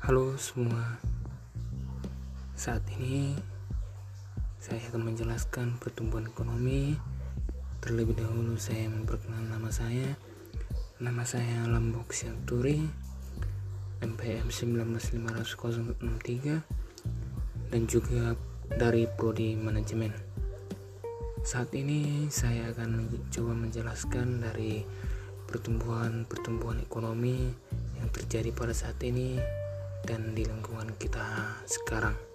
Halo semua, saat ini saya akan menjelaskan pertumbuhan ekonomi. Terlebih dahulu saya memperkenalkan nama saya. Nama saya Lambok Sianturi, MPM 1950063, dan juga dari Prodi Manajemen. Saat ini saya akan coba menjelaskan dari pertumbuhan ekonomi yang terjadi pada saat ini dan di lingkungan kita sekarang.